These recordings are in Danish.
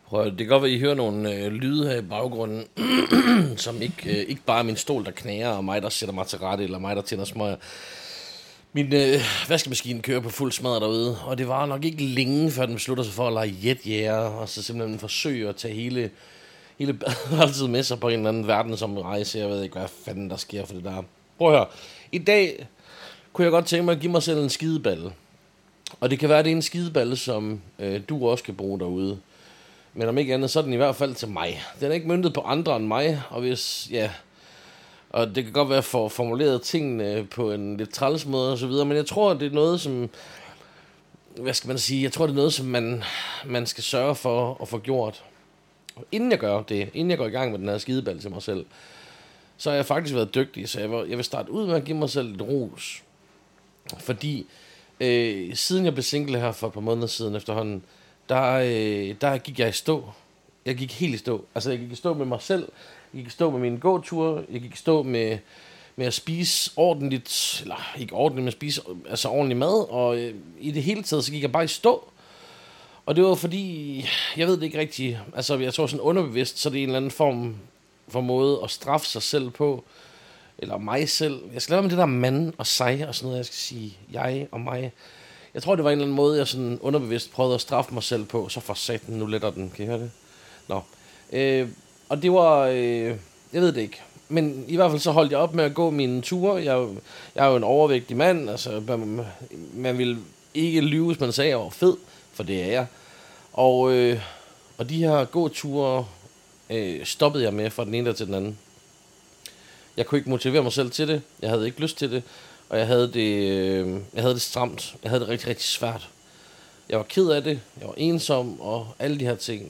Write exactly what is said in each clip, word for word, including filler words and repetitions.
Prøv, det kan godt være, at I hører nogle øh, lyde her i baggrunden, som ikke, øh, ikke bare er min stol, der knager, og mig, der sætter mig til rette, eller mig, der tænder smøger. Min øh, vaskemaskine kører på fuld smadret derude, og det var nok ikke længe, før den beslutter sig for at lege jetjæger, og så simpelthen forsøge at tage hele, hele badeværelset med sig på en eller anden verden som rejse. Jeg ved ikke, hvad fanden der sker for det der. Prøv at høre. I dag kunne jeg godt tænke mig at give mig selv en skideballe. Og det kan være, at det er en skideballe, som øh, du også kan bruge derude. Men om ikke andet, så er den i hvert fald til mig. Den er ikke møntet på andre end mig, og hvis, ja... Og det kan godt være for formuleret tingene på en lidt træls måde og så videre, men jeg tror, det er noget, som... Hvad skal man sige? Jeg tror, det er noget, som man, man skal sørge for at få gjort. Og inden jeg gør det, inden jeg går i gang med den her skideballe til mig selv, så har jeg faktisk været dygtig, så jeg vil, jeg vil starte ud med at give mig selv lidt ros. Fordi øh, siden jeg blev single her for et par måneder siden efterhånden, der, øh, der gik jeg i stå. Jeg gik helt i stå. Altså, jeg gik i stå med mig selv. Jeg gik i stå med mine gåture. Jeg gik i stå med, med at spise ordentligt. Eller ikke ordentligt, men at spise altså ordentlig mad. Og øh, i det hele taget, så gik jeg bare i stå. Og det var fordi, jeg ved det ikke rigtigt. Altså, jeg tror sådan underbevidst, så det er en eller anden form for måde at straffe sig selv på. Eller mig selv. Jeg skal lade med det der mand og sig og sådan noget. Jeg skal sige jeg og mig. Jeg tror, det var en eller anden måde, jeg sådan underbevidst prøvede at straffe mig selv på. Så for satan, nu letter den. Kan I høre det? Nå. Øh, og det var... Øh, jeg ved det ikke. Men i hvert fald så holdt jeg op med at gå mine ture. Jeg, jeg er jo en overvægtig mand. Altså, man, man vil ikke lyve, hvis man sagde, at jeg var fed. For det er jeg. Og, øh, og de her gåture øh, stoppede jeg med fra den ene til den anden. Jeg kunne ikke motivere mig selv til det. Jeg havde ikke lyst til det. Og jeg havde det, øh, jeg havde det stramt. Jeg havde det rigtig, rigtig svært. Jeg var ked af det. Jeg var ensom og alle de her ting.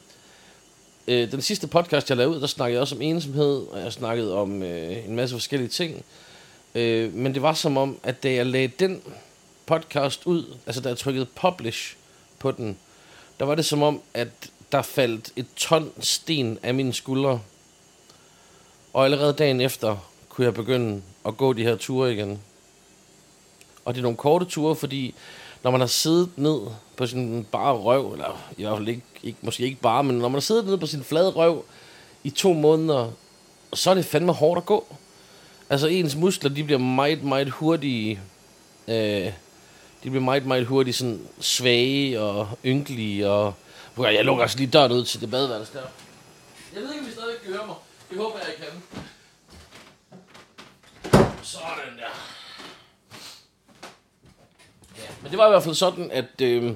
Øh, den sidste podcast, jeg lavede ud, der snakkede jeg også om ensomhed. Og jeg snakkede om øh, en masse forskellige ting. Øh, men det var som om, at da jeg lagde den podcast ud, altså da jeg trykkede publish på den, der var det som om, at der faldt et ton sten af mine skuldre. Og allerede dagen efter kunne jeg begynde at gå de her ture igen. Og det er nogle korte ture, fordi når man har siddet ned på sin bare røv, eller i hvert fald ikke, ikke, måske ikke bare, men når man har siddet ned på sin flade røv i to måneder, så er det fandme hårdt at gå. Altså ens muskler, de bliver meget, meget hurtige, øh, de bliver meget, meget hurtige sådan svage og ynkelige, og jeg lukker altså lige døren ud til det badeværelse der. Jeg ved ikke, om I stadig kan høre mig. Det håber jeg, I kan. Sådan der. Ja, men det var i hvert fald sådan, at, øh,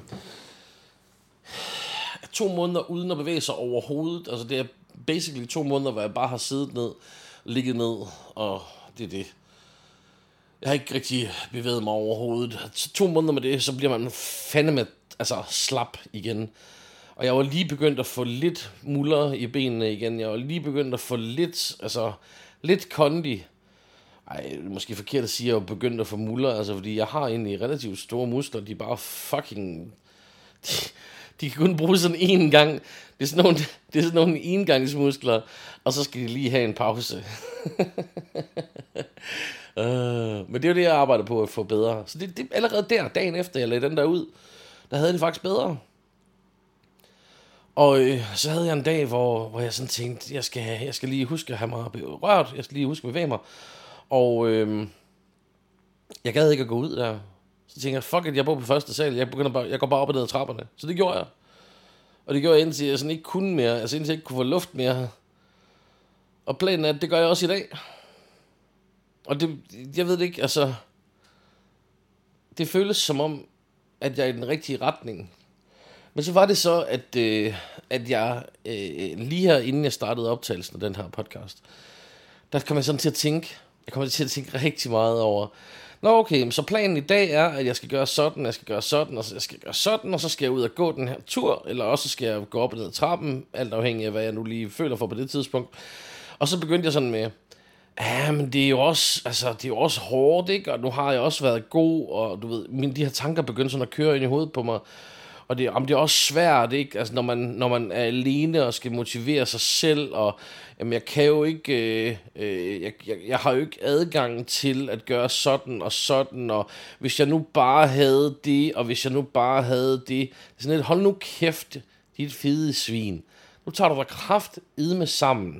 at to måneder uden at bevæge sig overhovedet, altså det er basically to måneder, hvor jeg bare har siddet ned, ligget ned, og det er det. Jeg har ikke rigtig bevæget mig overhovedet. Så to måneder med det, så bliver man fandeme altså slap igen. Og jeg var lige begyndt at få lidt muller i benene igen. Jeg var lige begyndt at få lidt, altså lidt kondi. Ej, det er måske forkert at sige, at jeg er begyndt at få muller, altså fordi jeg har egentlig relativt store muskler, de er bare fucking... De, de kan kun bruge sådan en gang. Det er sådan nogle, det er sådan nogle engangsmuskler, og så skal de lige have en pause. uh, men det er jo det, jeg arbejder på at få bedre. Så det, det allerede der, dagen efter jeg lagde den der ud, der havde det faktisk bedre. Og øh, så havde jeg en dag, hvor, hvor jeg sådan tænkte, jeg skal, jeg skal lige huske at have mig rørt, jeg skal lige huske at bevæge mig. Og øh, jeg gad ikke at gå ud der. Så tænkte jeg, fuck it, jeg bor på første sal, jeg, begynder bare, jeg går bare op og ned ad trapperne. Så det gjorde jeg. Og det gjorde jeg indtil jeg sådan ikke kunne mere, altså indtil jeg ikke kunne få luft mere. Og planen er, at det gør jeg også i dag. Og det, jeg ved det ikke, altså, det føles som om, at jeg er i den rigtige retning. Men så var det så, at, øh, at jeg øh, lige her, inden jeg startede optagelsen af den her podcast, der kom jeg sådan til at tænke, jeg kommer til at tænke rigtig meget over, nå okay, så planen i dag er, at jeg skal gøre sådan, jeg skal gøre sådan, og jeg skal gøre sådan, og så skal jeg ud og gå den her tur, eller også skal jeg gå op og ned ad trappen, alt afhængig af, hvad jeg nu lige føler for på det tidspunkt. Og så begyndte jeg sådan med, ja, men det er jo også, altså, det er jo også hårdt, ikke? Og nu har jeg også været god, og du ved, mine de her tanker begyndte sådan at køre ind i hovedet på mig. Og det, om det er også svært, ikke? Altså, når man, når man er alene og skal motivere sig selv, og jamen, jeg kan jo ikke, øh, øh, jeg, jeg, jeg har jo ikke adgang til at gøre sådan og sådan, og hvis jeg nu bare havde det, og hvis jeg nu bare havde det, det er sådan lidt, hold nu kæft, dit fede svin. Nu tager du dig kraft idme sammen.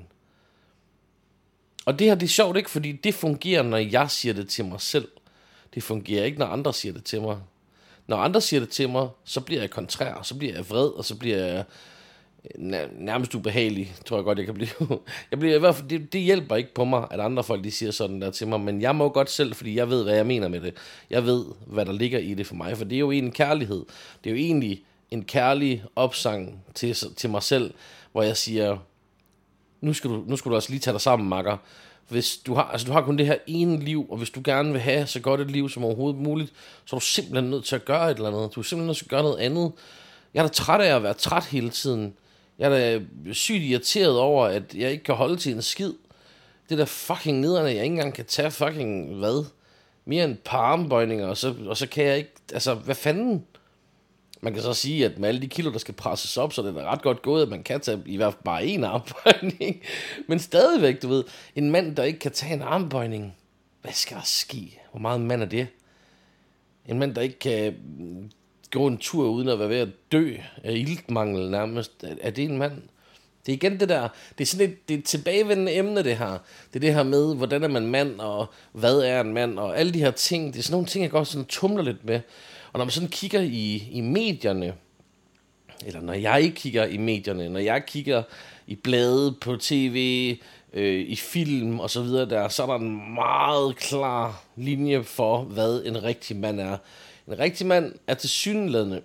Og det her, det er sjovt, ikke? Fordi det fungerer, når jeg siger det til mig selv. Det fungerer ikke, når andre siger det til mig. Når andre siger det til mig, så bliver jeg kontrær, så bliver jeg vred, og så bliver jeg nærmest ubehagelig, tror jeg godt, jeg kan blive. Jeg bliver i hvert fald, det, det hjælper ikke på mig, at andre folk, de siger sådan der til mig, men jeg må godt selv, fordi jeg ved, hvad jeg mener med det. Jeg ved, hvad der ligger i det for mig, for det er jo en kærlighed. Det er jo egentlig en kærlig opsang til, til mig selv, hvor jeg siger, nu skal du, nu skal du altså lige tage dig sammen, makker. Hvis du har, altså du har kun det her ene liv, og hvis du gerne vil have så godt et liv som overhovedet muligt, så er du simpelthen nødt til at gøre et eller andet. Du er simpelthen nødt til at gøre noget andet. Jeg er da træt af at være træt hele tiden. Jeg er da sygt irriteret over, at jeg ikke kan holde til en skid. Det der fucking nederne, jeg ikke engang kan tage fucking, hvad? Mere end et par armbøjninger, og så, og så kan jeg ikke, altså, hvad fanden? Man kan så sige, at med alle de kilo, der skal presses op, så det er da ret godt gået, at man kan tage i hvert fald bare en armbøjning. Men stadigvæk, du ved, en mand, der ikke kan tage en armbøjning, hvad skal der ske? Hvor meget mand er det? En mand, der ikke kan gå en tur uden at være ved at dø af iltmangel nærmest, er det en mand? Det er igen det der, det er sådan et, det er et tilbagevendende emne det her. Det er det her med, hvordan er man mand, og hvad er en mand, og alle de her ting. Det er sådan nogle ting, jeg godt sådan tumler lidt med. Og når man sådan kigger i, i medierne, eller når jeg ikke kigger i medierne, når jeg kigger i blade, på tv, øh, i film og så videre der, så er der en meget klar linje for, hvad en rigtig mand er. En rigtig mand er tilsyneladende,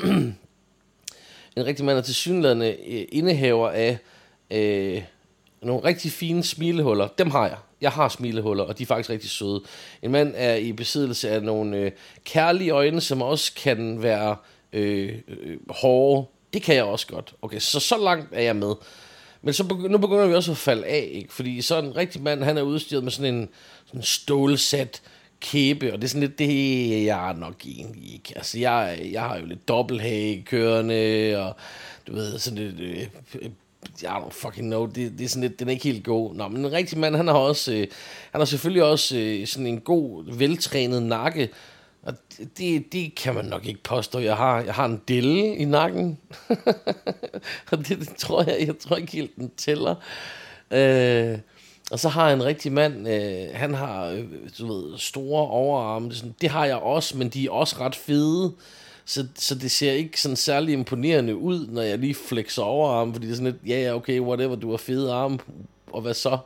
en rigtig mand er tilsyneladende øh, indehaver af øh, nogle rigtig fine smilehuller. Dem har jeg. Jeg har smilehuller, og de er faktisk rigtig søde. En mand er i besiddelse af nogle øh, kærlige øjne, som også kan være øh, øh, hårde. Det kan jeg også godt. Okay, så så langt er jeg med. Men så begy- nu begynder vi også at falde af, ikke? Fordi så en rigtig mand, han er udstyret med sådan en sådan stålsat kæbe, og det er sådan lidt det, jeg er nok egentlig ikke. Altså, jeg, jeg har jo lidt dobbelthage kørende, og du ved, sådan lidt... Øh, I don't fucking know, det, det er sådan lidt, den er ikke helt god. Nå, men en rigtig mand, han har også, øh, han har selvfølgelig også øh, sådan en god, veltrænet nakke, og det, det kan man nok ikke påstå, jeg har. Jeg har en delle i nakken, og det, det tror jeg, jeg tror ikke helt, den tæller. Øh, og så har en rigtig mand, øh, han har, øh, du ved, store overarme, det, sådan, det har jeg også, men de er også ret fede. Så, så det ser ikke sådan særlig imponerende ud, når jeg lige flexer overarmen, fordi det er sådan lidt, ja, ja, okay, whatever, du har fede arme, og hvad så?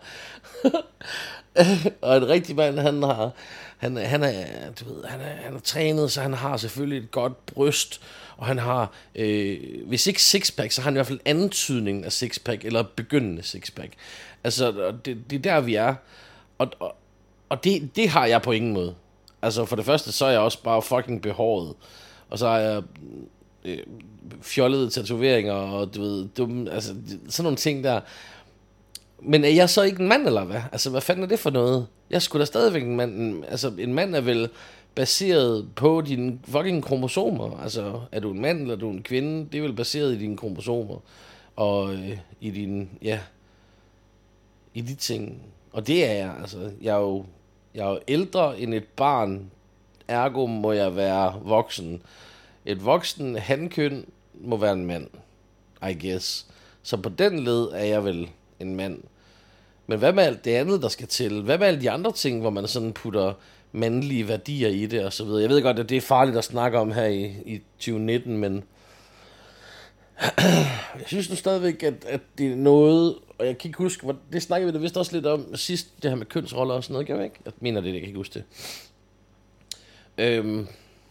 Og en rigtig mand, han har, han, han er, du ved, han er, han er trænet, så han har selvfølgelig et godt bryst, og han har, øh, hvis ikke sixpack, så har han i hvert fald antydningen af sixpack, eller begyndende sixpack. Altså, det, det er der, vi er, og, og, og det, det har jeg på ingen måde. Altså, for det første, så er jeg også bare fucking behåret. Og så har jeg øh, fjollede tatoveringer, og du ved, dumme, altså sådan nogle ting der. Men er jeg så ikke en mand, eller hvad? Altså, hvad fanden er det for noget? Jeg skulle da stadigvæk en mand. Altså, en mand er vel baseret på dine fucking kromosomer. Altså, er du en mand, eller er du en kvinde? Det er vel baseret i dine kromosomer. Og øh, i din, ja, i de ting. Og det er jeg, altså. Jeg er jo, jeg er jo ældre end et barn. Ergo må jeg være voksen. Et voksen hankøn må være en mand, I guess. Så på den led er jeg vel en mand. Men hvad med alt det andet, der skal til? Hvad med alle de andre ting, hvor man sådan putter mandlige værdier i det og så videre? Jeg ved godt, at det er farligt at snakke om her i, i tyve nitten, men jeg synes nu stadigvæk, at, at det er noget, og jeg kan ikke huske, hvor, det snakkede vi da vist også lidt om sidst, det her med kønsroller og sådan noget, kan jeg ikke? Jeg mener det, jeg kan ikke huske det. Øhm,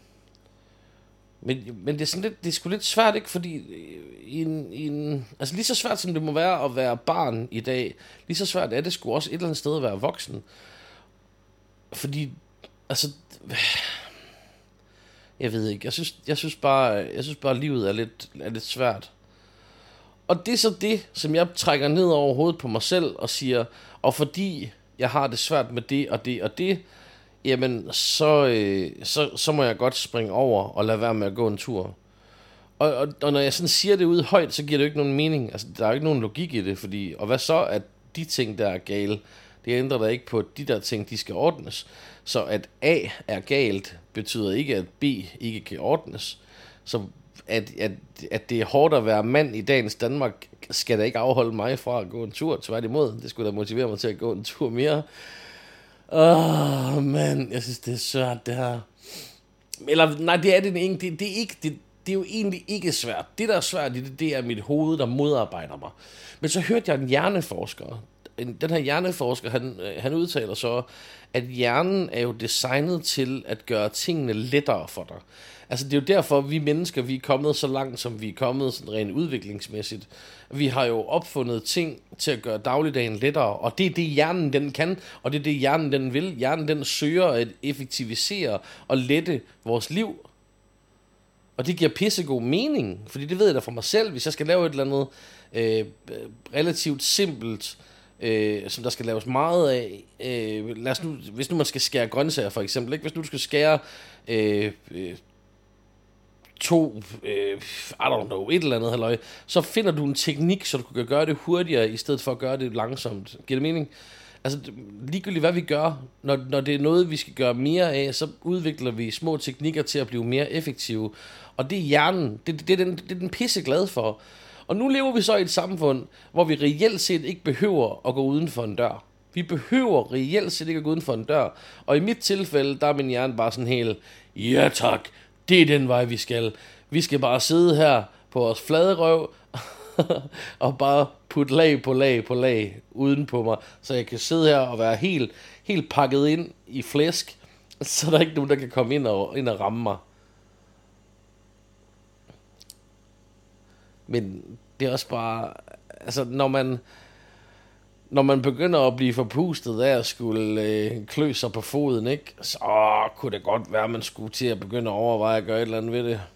men, men det er sådan lidt, det er sgu lidt svært, ikke? Fordi i en, i en, altså lige så svært som det må være at være barn i dag, lige så svært er det sgu også et eller andet sted at være voksen. Fordi, altså, jeg ved ikke, jeg synes, jeg synes bare, jeg synes bare, livet er lidt, er lidt svært. Og det er så det, som jeg trækker ned over hovedet på mig selv og siger, og fordi jeg har det svært med det og det og det, jamen, så, øh, så, så må jeg godt springe over og lade være med at gå en tur. Og, og, og når jeg sådan siger det ud højt, så giver det jo ikke nogen mening. Altså, der er jo ikke nogen logik i det, fordi, og hvad så, at de ting, der er gale, det ændrer der ikke på, at de der ting, de skal ordnes. Så at A er galt, betyder ikke, at B ikke kan ordnes. Så at, at, at det er hårdt at være mand i dagens Danmark, skal da ikke afholde mig fra at gå en tur. Tværtimod, det skulle da motivere mig til at gå en tur mere. Åh, oh, man, jeg synes, det er svært, det her. Eller, nej, det er det ikke. Det, det, er ikke det, det er jo egentlig ikke svært. Det, der er svært i det, det er mit hoved, der modarbejder mig. Men så hørte jeg en hjerneforsker. Den her hjerneforsker, han, han udtaler så, at hjernen er jo designet til at gøre tingene lettere for dig. Altså, det er jo derfor, vi mennesker, vi er kommet så langt, som vi er kommet sådan rent udviklingsmæssigt. Vi har jo opfundet ting til at gøre dagligdagen lettere, og det er det, hjernen den kan, og det er det, hjernen den vil. Hjernen den søger at effektivisere og lette vores liv. Og det giver pissegod mening, fordi det ved jeg da for mig selv, hvis jeg skal lave et eller andet øh, relativt simpelt, øh, som der skal laves meget af. Øh, lad os nu, hvis nu man skal skære grøntsager for eksempel, ikke? Hvis nu du skal skære øh, øh, to, øh, I don't know, et eller andet halløj, så finder du en teknik, så du kan gøre det hurtigere, i stedet for at gøre det langsomt. Giver det mening? Altså, ligegyldigt hvad vi gør, når, når det er noget, vi skal gøre mere af, så udvikler vi små teknikker til at blive mere effektive. Og det er hjernen, det, det, er, den, det er den pisse glad for. Og nu lever vi så i et samfund, hvor vi reelt set ikke behøver at gå uden for en dør. Vi behøver reelt set ikke at gå uden for en dør. Og i mit tilfælde, der er min hjerne bare sådan helt, ja tak, det er den vej, vi skal. Vi skal bare sidde her på vores flade røv, og bare putte lag på lag på lag uden på mig, så jeg kan sidde her og være helt, helt pakket ind i flæsk, så der er ikke nogen, der kan komme ind og, ind og ramme mig. Men det er også bare, altså når man, når man begynder at blive forpustet af at skulle øh, klø sig på foden, ikke, så åh, kunne det godt være, at man skulle til at begynde at overveje at gøre et eller andet ved det.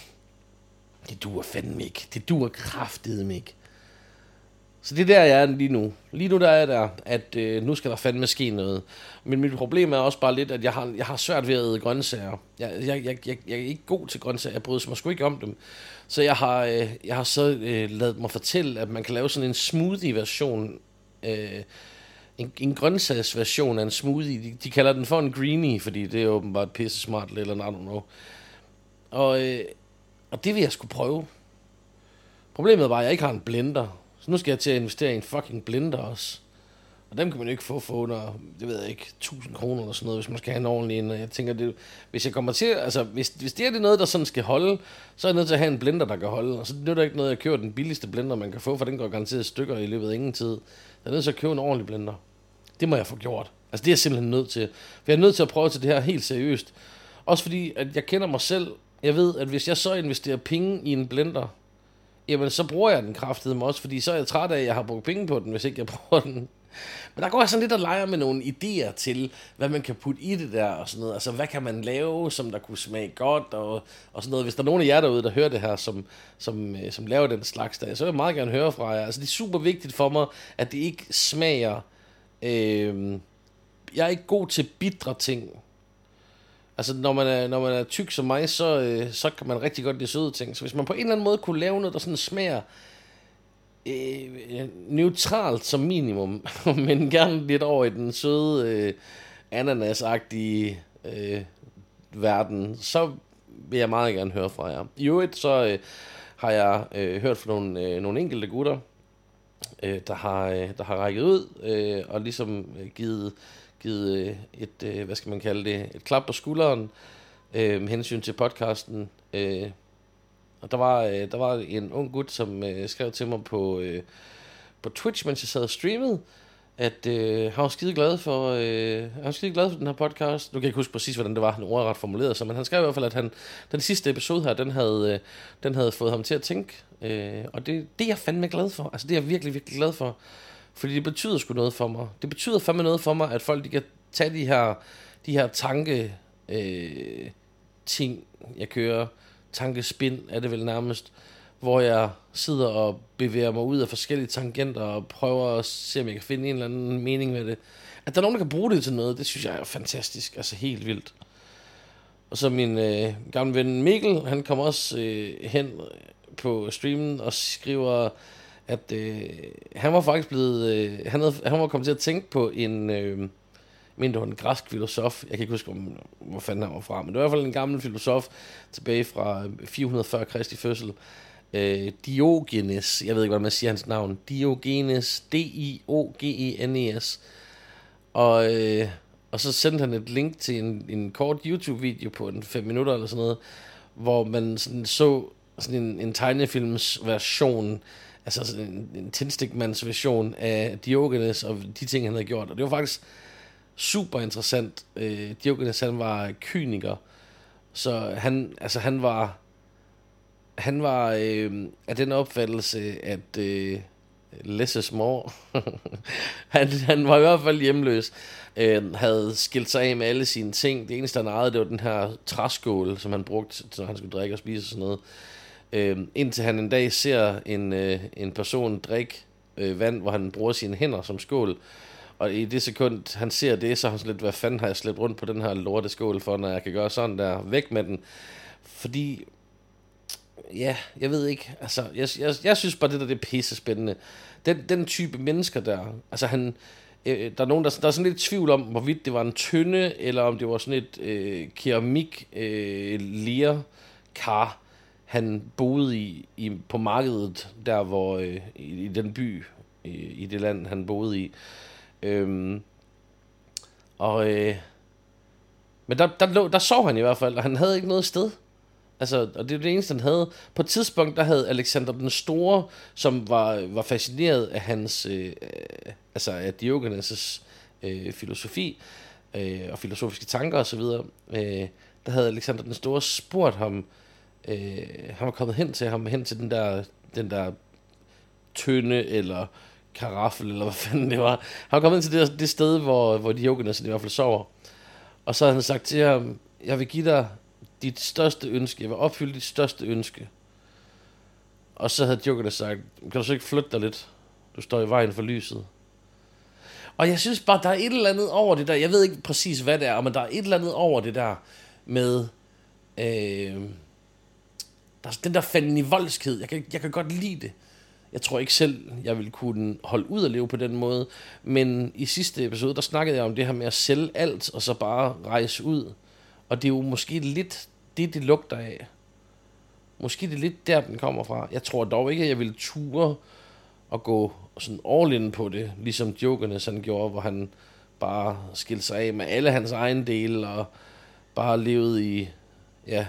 Det duer fandme ikke. Det duer kraftedeme ikke. Så det er der, jeg er lige nu. Lige nu der er jeg der, at øh, nu skal der fandme ske noget. Men mit problem er også bare lidt, at jeg har, jeg har svært ved at æde grøntsager. Jeg, jeg, jeg, jeg, jeg er ikke god til grøntsager. Jeg bryder mig sgu ikke om dem. Så jeg har, øh, jeg har så øh, ladet mig fortælle, at man kan lave sådan en smoothie-version. Øh, en, en grøntsagsversion af en smoothie. De, de kalder den for en greenie, fordi det er åbenbart pisse smart eller noget, I don't know. Og... Øh, Og det vil jeg sgu prøve. Problemet er bare, at jeg ikke har en blender. Så nu skal jeg til at investere i en fucking blender også. Og dem kan man jo ikke få for under, det ved jeg ikke, tusind kroner eller sådan noget, hvis man skal have en ordentlig en. Og jeg tænker, det, hvis jeg kommer til, altså hvis, hvis det er det noget, der sådan skal holde, så er jeg nødt til at have en blender, der kan holde. Og så er det ikke noget, jeg køber den billigste blender, man kan få, for den går garanteret stykker i løbet af ingen tid. Jeg er nødt til at købe en ordentlig blender. Det må jeg få gjort. Altså det er jeg simpelthen nødt til. For jeg er nødt til at prøve til det her helt seriøst. Også fordi, at jeg kender mig selv. Jeg ved, at hvis jeg så investerer penge i en blender, jamen så bruger jeg den kraftedeme også, fordi så er jeg træt af, at jeg har brugt penge på den, hvis ikke jeg bruger den. Men der går jeg sådan lidt og leger med nogle idéer til, hvad man kan putte i det der og sådan noget. Altså, hvad kan man lave, som der kunne smage godt og, og sådan noget. Hvis der er nogen af jer derude, der hører det her, som, som, som laver den slags der, så vil jeg meget gerne høre fra jer. Altså, det er super vigtigt for mig, at det ikke smager... Øh, jeg er ikke god til bitre ting. Altså, når man er, når man er tyk som mig, så, øh, så kan man rigtig godt lide søde ting. Så hvis man på en eller anden måde kunne lave noget, der sådan smager øh, neutralt som minimum, men gerne lidt over i den søde, øh, ananasagtige øh, verden, så vil jeg meget gerne høre fra jer. I øvrigt så øh, har jeg øh, hørt fra nogle, øh, nogle enkelte gutter, øh, der, har, øh, der har rækket ud øh, og ligesom øh, givet... givet et, øh, hvad skal man kalde det, et klap på skulderen øh, med hensyn til podcasten. Øh, og der var, øh, der var en ung gut, som øh, skrev til mig på, øh, på Twitch, mens jeg sad og streamede, at øh, han var skide glad for, øh, han var skide glad for den her podcast. Nu kan jeg ikke huske præcis, hvordan det var, han ordret formuleret sig, men han skrev i hvert fald, at han, den sidste episode her, den havde, øh, den havde fået ham til at tænke. Øh, og det, det er jeg fandme glad for. Altså, det er jeg virkelig, virkelig glad for. Fordi det betyder sgu noget for mig. Det betyder fandme noget for mig, at folk de kan tage de her, de her tanke øh, ting, jeg kører. Tankespind er det vel nærmest. Hvor jeg sidder og bevæger mig ud af forskellige tangenter og prøver at se, om jeg kan finde en eller anden mening med det. At der er nogen, der kan bruge det til noget, det synes jeg er fantastisk. Altså helt vildt. Og så min øh, gamle ven Mikkel, han kommer også øh, hen på streamen og skriver... at øh, han var faktisk blevet, øh, han, havde, han var kommet til at tænke på en, øh, men det var en græsk filosof. Jeg kan ikke huske, om, hvor fanden han var fra, men det var i hvert fald en gammel filosof tilbage fra fire hundrede og fyrre Kristi fødsel. Øh, Diogenes, jeg ved ikke, hvordan man siger hans navn. Diogenes, D I O G E N E S. Og, øh, og så sendte han et link til en, en kort YouTube-video på en fem minutter eller sådan noget, hvor man sådan så sådan en, en tegnefilms version, altså sådan en, en tændstikmands version af Diogenes og de ting, han havde gjort. Og det var faktisk super interessant. Øh, Diogenes, han var kyniker, så han, altså han var, han var øh, af den opfattelse, at øh, less is more. han, han var i hvert fald hjemløs, øh, havde skilt sig af med alle sine ting. Det eneste, han ejede, det var den her træskål, som han brugte, når han skulle drikke og spise og sådan noget. Øh, indtil han en dag ser en, øh, en person drikke øh, vand, hvor han bruger sine hænder som skål. Og i det sekund, han ser det, så har han sådan lidt, hvad fanden har jeg slæbt rundt på den her lorteskål for, når jeg kan gøre sådan der, væk med den. Fordi, ja, jeg ved ikke, altså, jeg, jeg, jeg synes bare, det der, det er pisse spændende. Den, den type mennesker der, altså han, øh, der er nogen, der, der er sådan lidt tvivl om, hvorvidt det var en tynde, eller om det var sådan et øh, keramik øh, lerkar, han boede i, i på markedet, der hvor, øh, i, i den by, i, i det land, han boede i. Øhm, og øh, men der, der, lå, der sov han i hvert fald, og han havde ikke noget sted. Altså, og det er det eneste, han havde. På et tidspunkt, der havde Alexander den Store, som var, var fascineret af hans, øh, altså af Diogenes' øh, filosofi, øh, og filosofiske tanker osv., øh, der havde Alexander den Store spurgt ham, øh, han var kommet hen til ham, hen til den der, den der tønde, eller karaffel, eller hvad fanden det var. Han var kommet ind til det, det sted, hvor, hvor Diogenes i hvert fald sover. Og så havde han sagt til ham, jeg vil give dig dit største ønske, jeg vil opfylde dit største ønske. Og så havde Diogenes sagt, kan du så ikke flytte dig lidt? Du står i vejen for lyset. Og jeg synes bare, der er et eller andet over det der, jeg ved ikke præcis, hvad det er, men der er et eller andet over det der med, øh, der er den der fanden i voldskhed. Jeg kan, jeg kan godt lide det. Jeg tror ikke selv, jeg ville kunne holde ud og leve på den måde. Men i sidste episode, der snakkede jeg om det her med at sælge alt, og så bare rejse ud. Og det er jo måske lidt det, det lugter af. Måske det er lidt der, den kommer fra. Jeg tror dog ikke, at jeg ville ture og gå sådan all in på det, ligesom Diogenes han gjorde, hvor han bare skilte sig af med alle hans egen dele, og bare levede i, ja,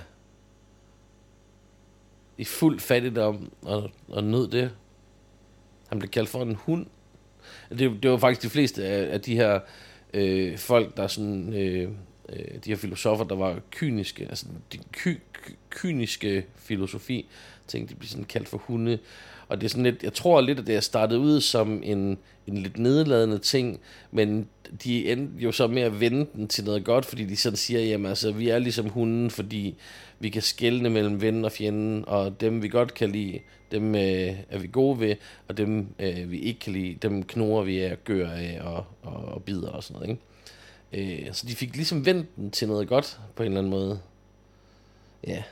i fuld fattigdom, og, og nød det. Han blev kaldt for en hund. Det, det var faktisk de fleste af, af de her øh, folk, der sådan, øh, de her filosofer, der var kyniske, altså de ky, ky, kyniske filosofi, tænkte, de blev sådan kaldt for hunde. Og det er sådan lidt, jeg tror lidt, at det er startet ud som en, en lidt nedladende ting, men de endte jo så med at vende den til noget godt, fordi de sådan siger, jamen altså, vi er ligesom hunden, fordi vi kan skelne mellem ven og fjenden, og dem vi godt kan lide, dem øh, er vi gode ved, og dem øh, vi ikke kan lide, dem knurrer vi af og gør af og, og, og bider og sådan noget, ikke? Øh, så de fik ligesom vendt den til noget godt, på en eller anden måde. Ja.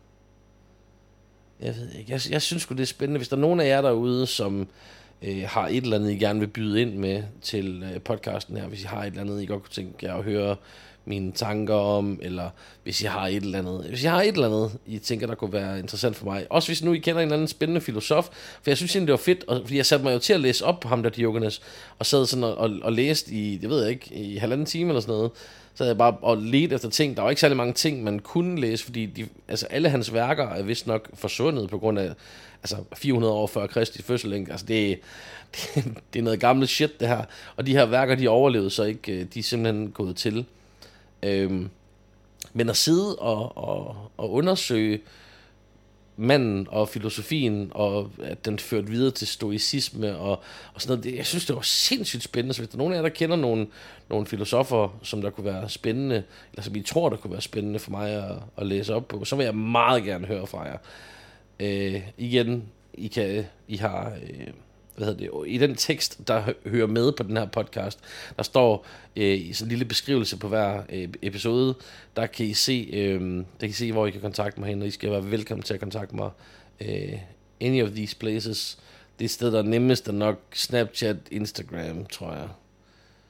Jeg ved ikke, jeg, jeg synes sgu det er spændende. Hvis der er nogen af jer derude, som øh, har et eller andet, I gerne vil byde ind med til øh, podcasten her, hvis I har et eller andet, I godt kunne tænke jer at høre mine tanker om, eller hvis I har et eller andet, hvis I har et eller andet, I tænker, der kunne være interessant for mig. Også hvis nu I kender en eller anden spændende filosof, for jeg synes egentlig, det var fedt, og, fordi jeg satte mig jo til at læse op på ham der Diogenes, og sad sådan og, og, og læste i, jeg ved ikke, i halvanden time eller sådan noget, så havde jeg bare og ledte efter ting. Der var ikke særlig mange ting, man kunne læse, fordi de, altså alle hans værker er vist nok forsvundet på grund af altså fire hundrede år før Kristi fødsel. Ikke? Altså det, det, det er noget gammelt shit, det her. Og de her værker, de overlevede så ikke. De er simpelthen gået til. Øhm, men at sidde og, og, og undersøge manden og filosofien, og at den førte videre til stoicisme og, og sådan noget. Det, jeg synes, det var sindssygt spændende. Så hvis der er nogen af jer, der kender nogle, nogle filosofer, som der kunne være spændende, eller som I tror, der kunne være spændende for mig at, at læse op på, så vil jeg meget gerne høre fra jer. Øh, igen, I, kan, I har... Øh, hvad hedder det, i den tekst, der hører med på den her podcast, der står øh, sådan en lille beskrivelse på hver øh, episode, der kan I se, øh, der kan I se, hvor I kan kontakte mig hen, og I skal være velkommen til at kontakte mig. Øh, any of these places. Det sted, der er nemmest, er nok Snapchat, Instagram, tror jeg.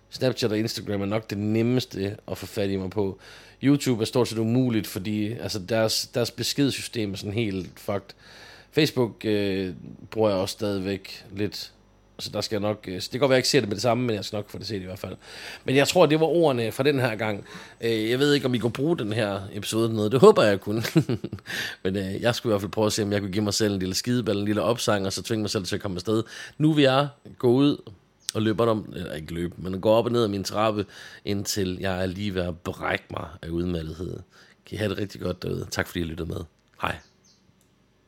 Snapchat og Instagram er nok det nemmeste at få fat i mig på. YouTube er stort set umuligt, fordi altså deres, deres beskedssystem er sådan helt fucked. Facebook øh, bruger jeg også stadigvæk lidt, så der skal jeg nok, det kan godt være, jeg ikke ser det med det samme, men jeg skal nok få det set i hvert fald. Men jeg tror, det var ordene fra den her gang. Jeg ved ikke, om I kunne bruge den her episode noget. Det håber jeg kunne. Men jeg skulle i hvert fald prøve at se, om jeg kunne give mig selv en lille skideball, en lille opsang, og så tvinge mig selv til at komme afsted. Nu vil jeg gå ud og løbe om, eller ikke løbe, men gå op og ned ad min trappe, indtil jeg er lige ved at brække mig af udmattethed. Kan I have det rigtig godt derude. Tak fordi I lyttede med. Hej.